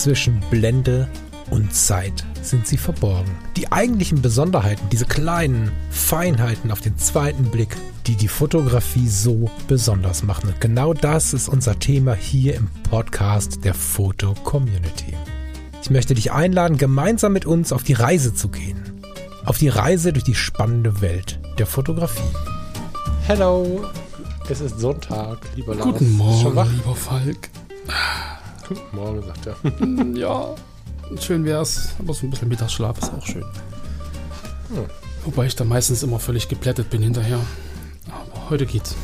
zwischen Blende und Zeit sind sie verborgen. Die eigentlichen Besonderheiten, diese kleinen Feinheiten auf den zweiten Blick, die die Fotografie so besonders machen. Und genau das ist unser Thema hier im Podcast der Foto-Community. Ich möchte dich einladen, gemeinsam mit uns auf die Reise zu gehen. Auf die Reise durch die spannende Welt der Fotografie. Hello, es ist Sonntag, lieber Lars. Guten Morgen, schon wach? lieber Falk. Guten Morgen, sagt er. Ja, schön wär's, aber so ein bisschen Mittagsschlaf ist auch schön. Wobei ich da meistens immer völlig geplättet bin hinterher. Aber heute geht's.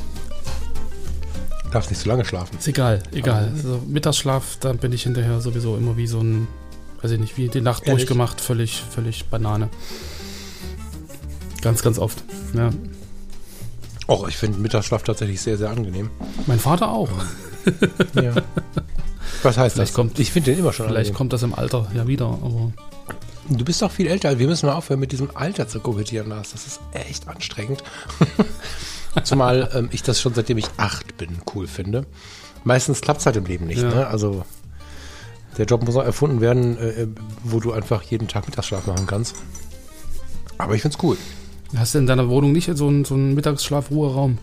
Darfst nicht so lange schlafen. Ist egal. Also Mittagsschlaf, da bin ich hinterher sowieso immer wie so ein, weiß ich nicht, wie die Nacht Ehrlich? durchgemacht, völlig Banane. Ganz, ganz oft. Ja. Och, ich finde Mittagsschlaf tatsächlich sehr, sehr angenehm. Mein Vater auch. Ja. Was heißt Vielleicht das? kommt- Ich finde den immer schon Vielleicht angenehm. kommt das im Alter ja wieder, aber Du bist doch viel älter. Wir müssen mal aufhören, mit diesem Alter zu kokettieren, Lars. Das ist echt anstrengend. Zumal ich das schon seitdem ich 8 bin cool finde. Meistens klappt es halt im Leben nicht. Ja. Ne? Also der Job muss auch erfunden werden, wo du einfach jeden Tag Mittagsschlaf machen kannst. Aber ich finde es cool. hast du in deiner Wohnung nicht so einen Mittagsschlaf-Ruheraum?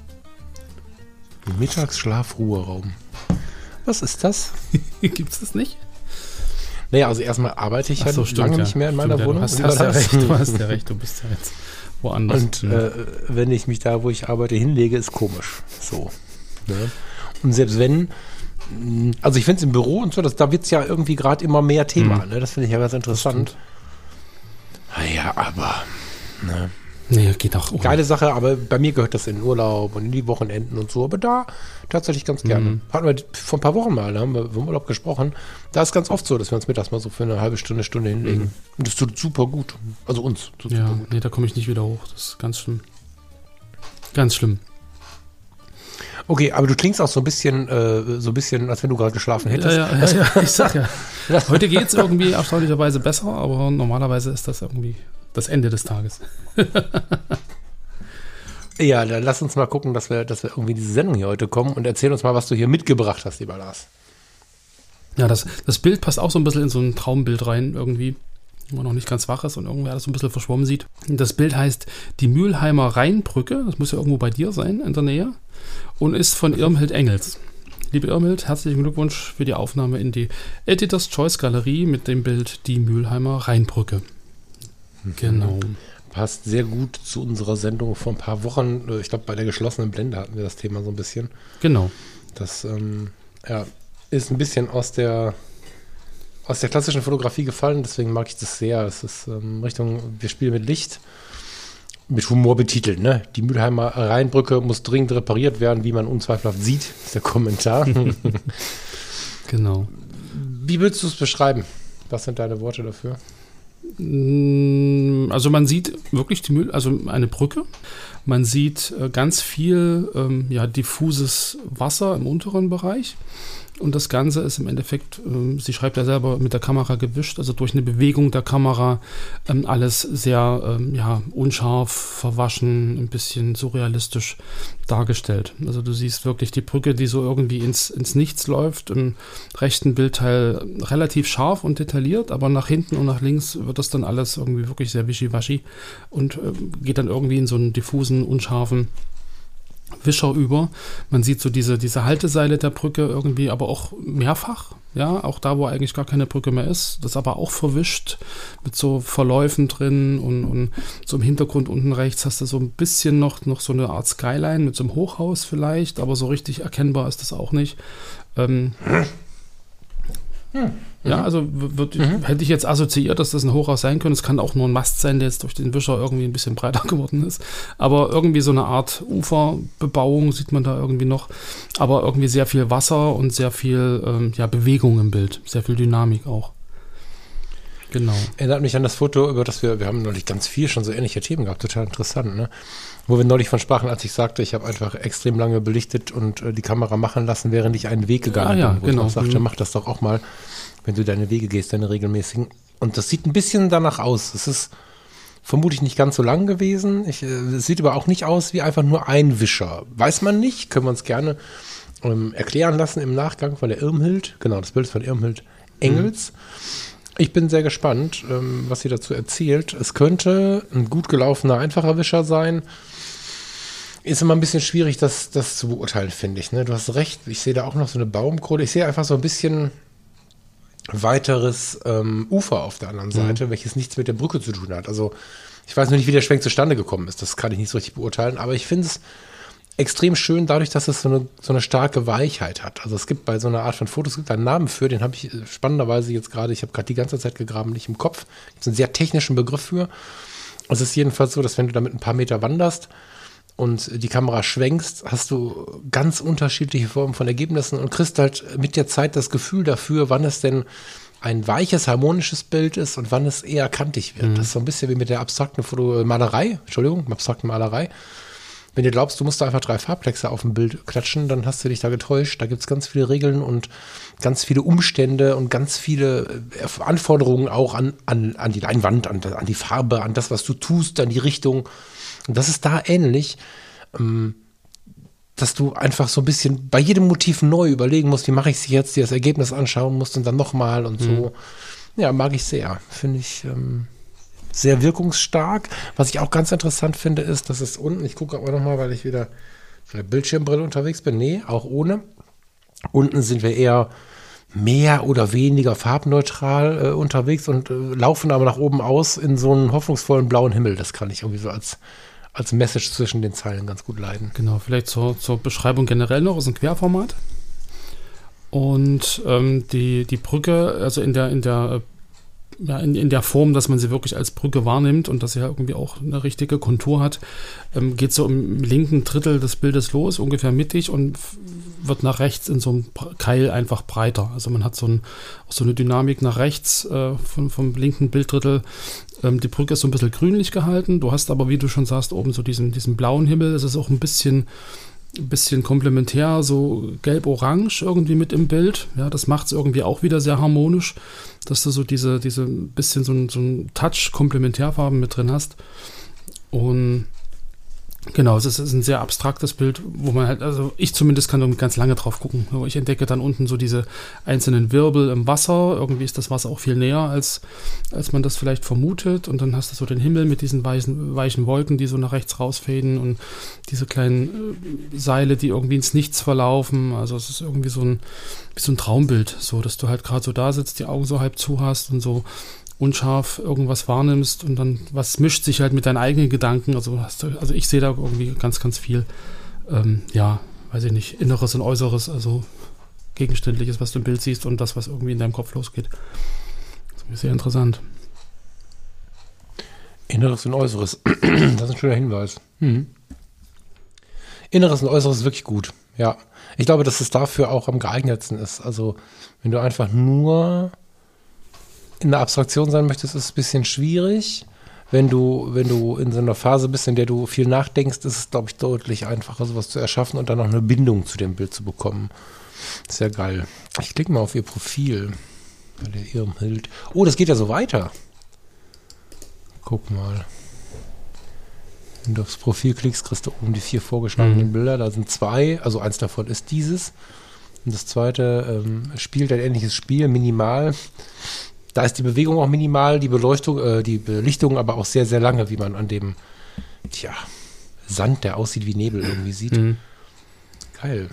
Mittagsschlaf-Ruheraum. Was ist das? Gibt's das nicht? Naja, also erstmal arbeite ich Ach so, lange nicht mehr in meiner Stimmt, ja, Wohnung. Du hast ja recht, du bist ja jetzt woanders. Und wenn ich mich da, wo ich arbeite, hinlege, ist komisch. So. Ne? Und selbst wenn, also ich finde es im Büro und so, da wird es ja irgendwie gerade immer mehr Thema. Ne? Das finde ich ja ganz interessant. Naja, aber ne? Nee, geht auch. Geile Sache, aber bei mir gehört das in den Urlaub und in die Wochenenden und so, aber da tatsächlich ganz gerne. Hatten wir vor ein paar Wochen mal, da haben wir im Urlaub gesprochen, da ist ganz oft so, dass wir uns mittags mal so für eine halbe Stunde hinlegen. Und das tut super gut. Also uns tut super Ja, gut. nee, da komme ich nicht wieder hoch. Das ist ganz schlimm. Ganz schlimm. Okay, aber du klingst auch so ein bisschen, als wenn du gerade geschlafen hättest. Ja, ich sag ja. Heute geht's irgendwie erstaunlicherweise besser, aber normalerweise ist das irgendwie das Ende des Tages. Ja, dann lass uns mal gucken, dass wir irgendwie in diese Sendung hier heute kommen und erzähl uns mal, was du hier mitgebracht hast, lieber Lars. Ja, das Bild passt auch so ein bisschen in so ein Traumbild rein irgendwie, wo man noch nicht ganz wach ist und irgendwie alles so ein bisschen verschwommen sieht. Das Bild heißt die Mülheimer Rheinbrücke, das muss ja irgendwo bei dir sein, in der Nähe, und ist von Irmhild Engels. Liebe Irmhild, herzlichen Glückwunsch für die Aufnahme in die Editor's Choice Galerie mit dem Bild die Mülheimer Rheinbrücke. Genau. Passt sehr gut zu unserer Sendung vor ein paar Wochen. Ich glaube, bei der geschlossenen Blende hatten wir das Thema so ein bisschen. Genau. Das ist ein bisschen aus der klassischen Fotografie gefallen, deswegen mag ich das sehr. Es ist Richtung, wir spielen mit Licht, mit Humor betitelt. Ne? Die Mülheimer Rheinbrücke muss dringend repariert werden, wie man unzweifelhaft sieht, ist der Kommentar. Genau. Wie würdest du es beschreiben? Was sind deine Worte dafür? Also man sieht wirklich also eine Brücke. Man sieht ganz viel diffuses Wasser im unteren Bereich. Und das Ganze ist im Endeffekt, sie schreibt ja selber, mit der Kamera gewischt, also durch eine Bewegung der Kamera alles sehr unscharf, verwaschen, ein bisschen surrealistisch dargestellt. Also du siehst wirklich die Brücke, die so irgendwie ins Nichts läuft, im rechten Bildteil relativ scharf und detailliert, aber nach hinten und nach links wird das dann alles irgendwie wirklich sehr wischiwaschi und geht dann irgendwie in so einen diffusen, unscharfen Wischer über. Man sieht so diese Halteseile der Brücke irgendwie, aber auch mehrfach, ja, auch da, wo eigentlich gar keine Brücke mehr ist, das aber auch verwischt mit so Verläufen drin und so im Hintergrund unten rechts hast du so ein bisschen noch so eine Art Skyline mit so einem Hochhaus vielleicht, aber so richtig erkennbar ist das auch nicht. Ja, also hätte ich jetzt assoziiert, dass das ein Hochhaus sein könnte. Es kann auch nur ein Mast sein, der jetzt durch den Wischer irgendwie ein bisschen breiter geworden ist. Aber irgendwie so eine Art Uferbebauung sieht man da irgendwie noch. Aber irgendwie sehr viel Wasser und sehr viel Bewegung im Bild. Sehr viel Dynamik auch. Genau. Erinnert mich an das Foto, über das wir haben neulich ganz viel schon so ähnliche Themen gehabt. Total interessant, ne? Wo wir neulich von sprachen, als ich sagte, ich habe einfach extrem lange belichtet und die Kamera machen lassen, während ich einen Weg gegangen bin. Wo genau. ich sagte, mach das doch auch mal, wenn du deine Wege gehst, deine regelmäßigen. Und das sieht ein bisschen danach aus. Es ist vermutlich nicht ganz so lang gewesen. Es sieht aber auch nicht aus wie einfach nur ein Wischer. Weiß man nicht, können wir uns gerne erklären lassen im Nachgang von der Irmhild. Genau, das Bild ist von Irmhild Engels. Ich bin sehr gespannt, was sie dazu erzählt. Es könnte ein gut gelaufener Einfacherwischer sein. Ist immer ein bisschen schwierig, das zu beurteilen, finde ich. Ne? Du hast recht, ich sehe da auch noch so eine Baumkrone. Ich sehe einfach so ein bisschen weiteres Ufer auf der anderen Seite, welches nichts mit der Brücke zu tun hat. Also ich weiß nur nicht, wie der Schwenk zustande gekommen ist. Das kann ich nicht so richtig beurteilen. Aber ich finde es extrem schön, dadurch, dass es so eine starke Weichheit hat. Also es gibt bei so einer Art von Fotos, es gibt einen Namen für, den habe ich spannenderweise jetzt gerade, ich habe gerade die ganze Zeit gegraben, nicht im Kopf. Es ist einen sehr technischen Begriff für. Es ist jedenfalls so, dass wenn du damit ein paar Meter wanderst und die Kamera schwenkst, hast du ganz unterschiedliche Formen von Ergebnissen und kriegst halt mit der Zeit das Gefühl dafür, wann es denn ein weiches, harmonisches Bild ist und wann es eher kantig wird. Das ist so ein bisschen wie mit der abstrakten Malerei. Wenn du glaubst, du musst da einfach 3 Farbplexe auf dem Bild klatschen, dann hast du dich da getäuscht. Da gibt es ganz viele Regeln und ganz viele Umstände und ganz viele Anforderungen auch an die Leinwand, an die Farbe, an das, was du tust, an die Richtung. Und das ist da ähnlich, dass du einfach so ein bisschen bei jedem Motiv neu überlegen musst, wie mache ich es jetzt, dir das Ergebnis anschauen musst und dann nochmal und so. Ja, mag ich sehr. Finde ich sehr wirkungsstark. Was ich auch ganz interessant finde, ist, dass es unten, ich gucke aber nochmal, weil ich wieder mit der Bildschirmbrille unterwegs bin. Nee, auch ohne. Unten sind wir eher mehr oder weniger farbneutral unterwegs und laufen aber nach oben aus in so einen hoffnungsvollen blauen Himmel. Das kann ich irgendwie so als Message zwischen den Zeilen ganz gut leiden. Genau, vielleicht zur Beschreibung generell noch, ist ein Querformat. Und die Brücke, also in der Form, dass man sie wirklich als Brücke wahrnimmt und dass sie ja irgendwie auch eine richtige Kontur hat, geht so im linken Drittel des Bildes los, ungefähr mittig und wird nach rechts in so einem Keil einfach breiter. Also man hat so eine Dynamik nach rechts vom linken Bilddrittel. Die Brücke ist so ein bisschen grünlich gehalten. Du hast aber, wie du schon sagst, oben so diesen blauen Himmel. Es ist auch ein bisschen komplementär, so gelb-orange irgendwie mit im Bild. Ja, das macht es irgendwie auch wieder sehr harmonisch, dass du so diese bisschen so ein Touch Komplementärfarben mit drin hast. Und genau, es ist ein sehr abstraktes Bild, wo man halt, also ich zumindest kann irgendwie ganz lange drauf gucken. Ich entdecke dann unten so diese einzelnen Wirbel im Wasser. Irgendwie ist das Wasser auch viel näher, als man das vielleicht vermutet. Und dann hast du so den Himmel mit diesen weichen Wolken, die so nach rechts rausfaden und diese kleinen Seile, die irgendwie ins Nichts verlaufen. Also es ist irgendwie wie so ein Traumbild, so dass du halt gerade so da sitzt, die Augen so halb zu hast und so unscharf irgendwas wahrnimmst und dann was mischt sich halt mit deinen eigenen Gedanken. Also ich sehe da irgendwie ganz, ganz viel, weiß ich nicht, Inneres und Äußeres, also Gegenständliches, was du im Bild siehst und das, was irgendwie in deinem Kopf losgeht. Das ist sehr interessant. Inneres und Äußeres, das ist ein schöner Hinweis. Inneres und Äußeres ist wirklich gut, ja. Ich glaube, dass es dafür auch am geeignetsten ist. Also wenn du einfach nur in der Abstraktion sein möchtest, ist es ein bisschen schwierig. Wenn du in so einer Phase bist, in der du viel nachdenkst, ist es, glaube ich, deutlich einfacher, sowas zu erschaffen und dann auch eine Bindung zu dem Bild zu bekommen. Sehr geil. Ich klicke mal auf ihr Profil. Bei der Irmhild. Oh, das geht ja so weiter. Guck mal. Wenn du aufs Profil klickst, kriegst du oben die 4 vorgeschlagenen Bilder. Da sind 2, also eins davon ist dieses. Und das zweite spielt ein ähnliches Spiel, minimal. Da ist die Bewegung auch minimal, die Belichtung aber auch sehr, sehr lange, wie man an dem Sand, der aussieht wie Nebel, irgendwie sieht. Geil.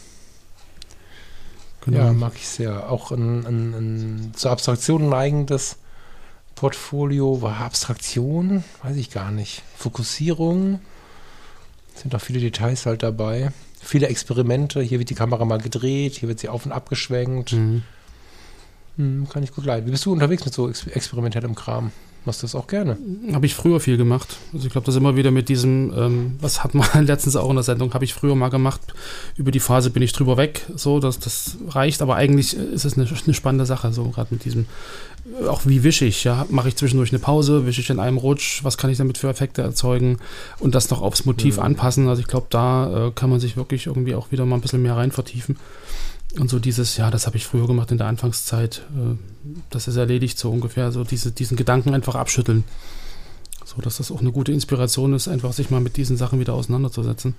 Genau. Ja, mag ich sehr. Auch ein zur Abstraktion neigendes Portfolio. War Abstraktion? Weiß ich gar nicht. Fokussierung. Sind auch viele Details halt dabei. Viele Experimente. Hier wird die Kamera mal gedreht, hier wird sie auf und ab geschwenkt. Kann ich gut leiden. Wie bist du unterwegs mit so experimentellem Kram? Machst du das auch gerne? Habe ich früher viel gemacht. Also ich glaube, das immer wieder mit diesem, was hat man letztens auch in der Sendung, habe ich früher mal gemacht. Über die Phase bin ich drüber weg. So, das reicht. Aber eigentlich ist es eine spannende Sache. So gerade mit diesem, auch wie wische ich. Ja, mache ich zwischendurch eine Pause, wische ich in einem Rutsch. Was kann ich damit für Effekte erzeugen? Und das noch aufs Motiv anpassen. Also ich glaube, da kann man sich wirklich irgendwie auch wieder mal ein bisschen mehr rein vertiefen. Und so dieses, das habe ich früher gemacht in der Anfangszeit, das ist erledigt so ungefähr, so diesen Gedanken einfach abschütteln. So, dass das auch eine gute Inspiration ist, einfach sich mal mit diesen Sachen wieder auseinanderzusetzen.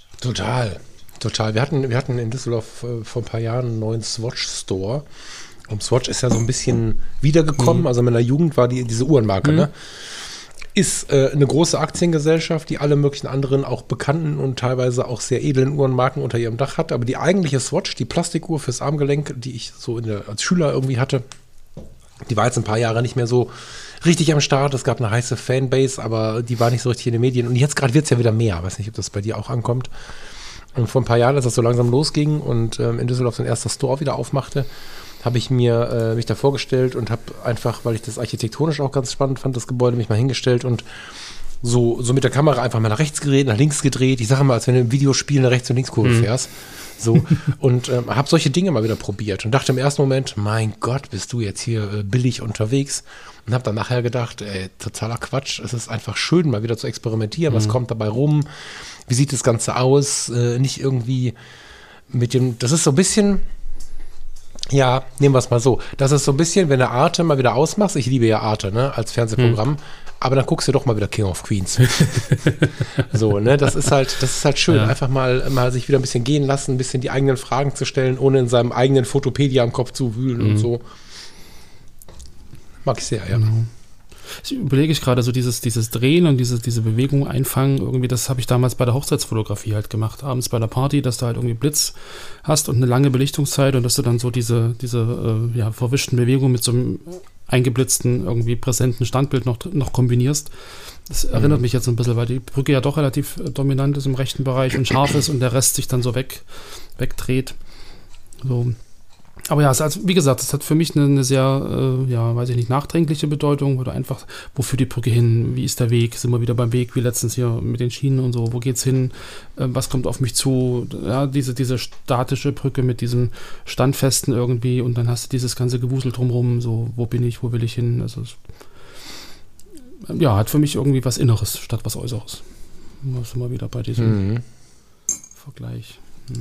Total. Wir hatten in Düsseldorf vor ein paar Jahren einen neuen Swatch-Store Swatch ist ja so ein bisschen wiedergekommen. Also in meiner Jugend war diese Uhrenmarke, ne? Ist eine große Aktiengesellschaft, die alle möglichen anderen auch bekannten und teilweise auch sehr edlen Uhrenmarken unter ihrem Dach hat. Aber die eigentliche Swatch, die Plastikuhr fürs Armgelenk, die ich so als Schüler irgendwie hatte, die war jetzt ein paar Jahre nicht mehr so richtig am Start. Es gab eine heiße Fanbase, aber die war nicht so richtig in den Medien. Und jetzt gerade wird es ja wieder mehr. Ich weiß nicht, ob das bei dir auch ankommt. Und vor ein paar Jahren, als das so langsam losging und in Düsseldorf sein erster Store wieder aufmachte, habe ich mich da vorgestellt und habe einfach, weil ich das architektonisch auch ganz spannend fand, das Gebäude, mich mal hingestellt und so mit der Kamera einfach mal nach rechts gedreht, nach links gedreht. Ich sage mal, als wenn du im Videospiel eine Rechts- und Linkskurve fährst. So. Und habe solche Dinge mal wieder probiert und dachte im ersten Moment, mein Gott, bist du jetzt hier billig unterwegs? Und habe dann nachher gedacht, totaler Quatsch. Es ist einfach schön, mal wieder zu experimentieren. Was kommt dabei rum? Wie sieht das Ganze aus? Nicht irgendwie das ist so ein bisschen... Ja, nehmen wir es mal so. Das ist so ein bisschen, wenn du Arte mal wieder ausmachst, ich liebe ja Arte, ne, als Fernsehprogramm, aber dann guckst du doch mal wieder King of Queens. So, ne, das ist halt schön, einfach mal sich wieder ein bisschen gehen lassen, ein bisschen die eigenen Fragen zu stellen, ohne in seinem eigenen Fotopedia am Kopf zu wühlen und so. Mag ich sehr, ja. Genau. Ich überlege gerade so dieses Drehen und diese Bewegung einfangen, irgendwie, das habe ich damals bei der Hochzeitsfotografie halt gemacht, abends bei der Party, dass du halt irgendwie Blitz hast und eine lange Belichtungszeit und dass du dann so diese verwischten Bewegungen mit so einem eingeblitzten, irgendwie präsenten Standbild noch kombinierst. Das erinnert mich jetzt ein bisschen, weil die Brücke ja doch relativ dominant ist im rechten Bereich und scharf ist und der Rest sich dann so wegdreht. So. Aber ja, wie gesagt, es hat für mich eine sehr, weiß ich nicht, nachdenkliche Bedeutung, oder einfach, wo führt die Brücke hin, wie ist der Weg, sind wir wieder beim Weg, wie letztens hier mit den Schienen und so, wo geht's hin, was kommt auf mich zu, ja, diese statische Brücke mit diesem Standfesten irgendwie und dann hast du dieses ganze Gewusel drumherum, so, wo bin ich, wo will ich hin, also hat für mich irgendwie was Inneres statt was Äußeres. Da sind wir wieder bei diesem Vergleich.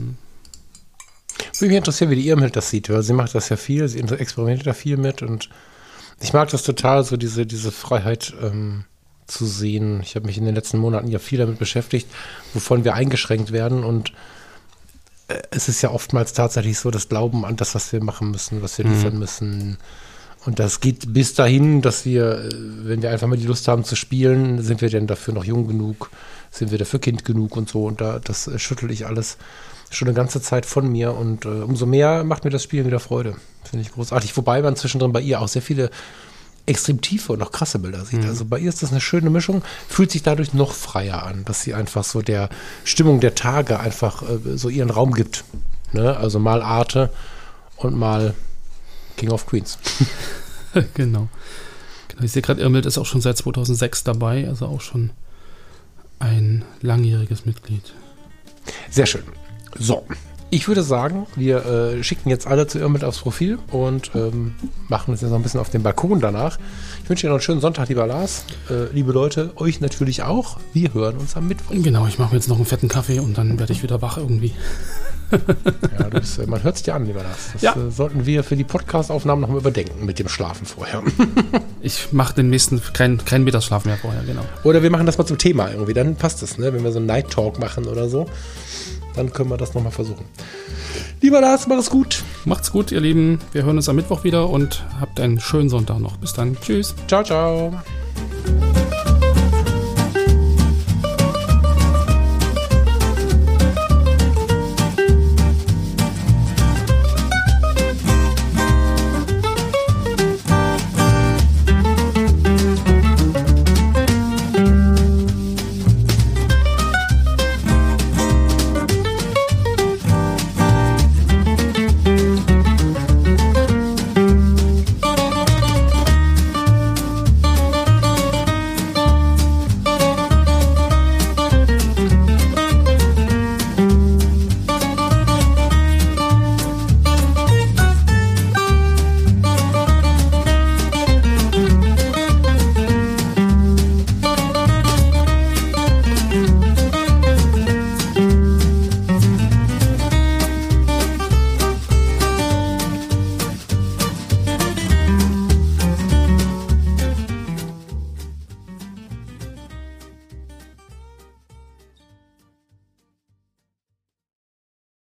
Mich interessiert, wie die Irmhild das sieht, weil sie macht das ja viel, sie experimentiert da viel mit und ich mag das total, so diese Freiheit zu sehen. Ich habe mich in den letzten Monaten ja viel damit beschäftigt, wovon wir eingeschränkt werden und es ist ja oftmals tatsächlich so, das Glauben an das, was wir machen müssen, was wir liefern müssen. Und das geht bis dahin, dass wir, wenn wir einfach mal die Lust haben zu spielen, sind wir denn dafür noch jung genug, sind wir dafür Kind genug und so und das schüttel ich alles schon eine ganze Zeit von mir und umso mehr macht mir das Spielen wieder Freude. Finde ich großartig. Wobei man zwischendrin bei ihr auch sehr viele extrem tiefe und auch krasse Bilder sieht. Also bei ihr ist das eine schöne Mischung, fühlt sich dadurch noch freier an, dass sie einfach so der Stimmung der Tage einfach so ihren Raum gibt. Ne? Also mal Arte und mal King of Queens. Genau. Ich sehe gerade, Irmhild ist auch schon seit 2006 dabei, also auch schon ein langjähriges Mitglied. Sehr schön. So, ich würde sagen, wir schicken jetzt alle zu Irmhild aufs Profil und machen uns jetzt noch ein bisschen auf den Balkon danach. Ich wünsche dir noch einen schönen Sonntag, lieber Lars. Liebe Leute, euch natürlich auch. Wir hören uns am Mittwoch. Genau, ich mache mir jetzt noch einen fetten Kaffee und dann werde ich wieder wach irgendwie. Ja, man hört es dir an, lieber Lars. Das sollten wir für die Podcast-Aufnahmen noch mal überdenken mit dem Schlafen vorher. Ich mache den nächsten kein Mittagsschlaf mehr vorher, genau. Oder wir machen das mal zum Thema irgendwie, dann passt es, ne? Wenn wir so einen Night Talk machen oder so. Dann können wir das nochmal versuchen. Lieber Lars, mach es gut. Macht's gut, ihr Lieben. Wir hören uns am Mittwoch wieder und habt einen schönen Sonntag noch. Bis dann. Tschüss. Ciao, ciao.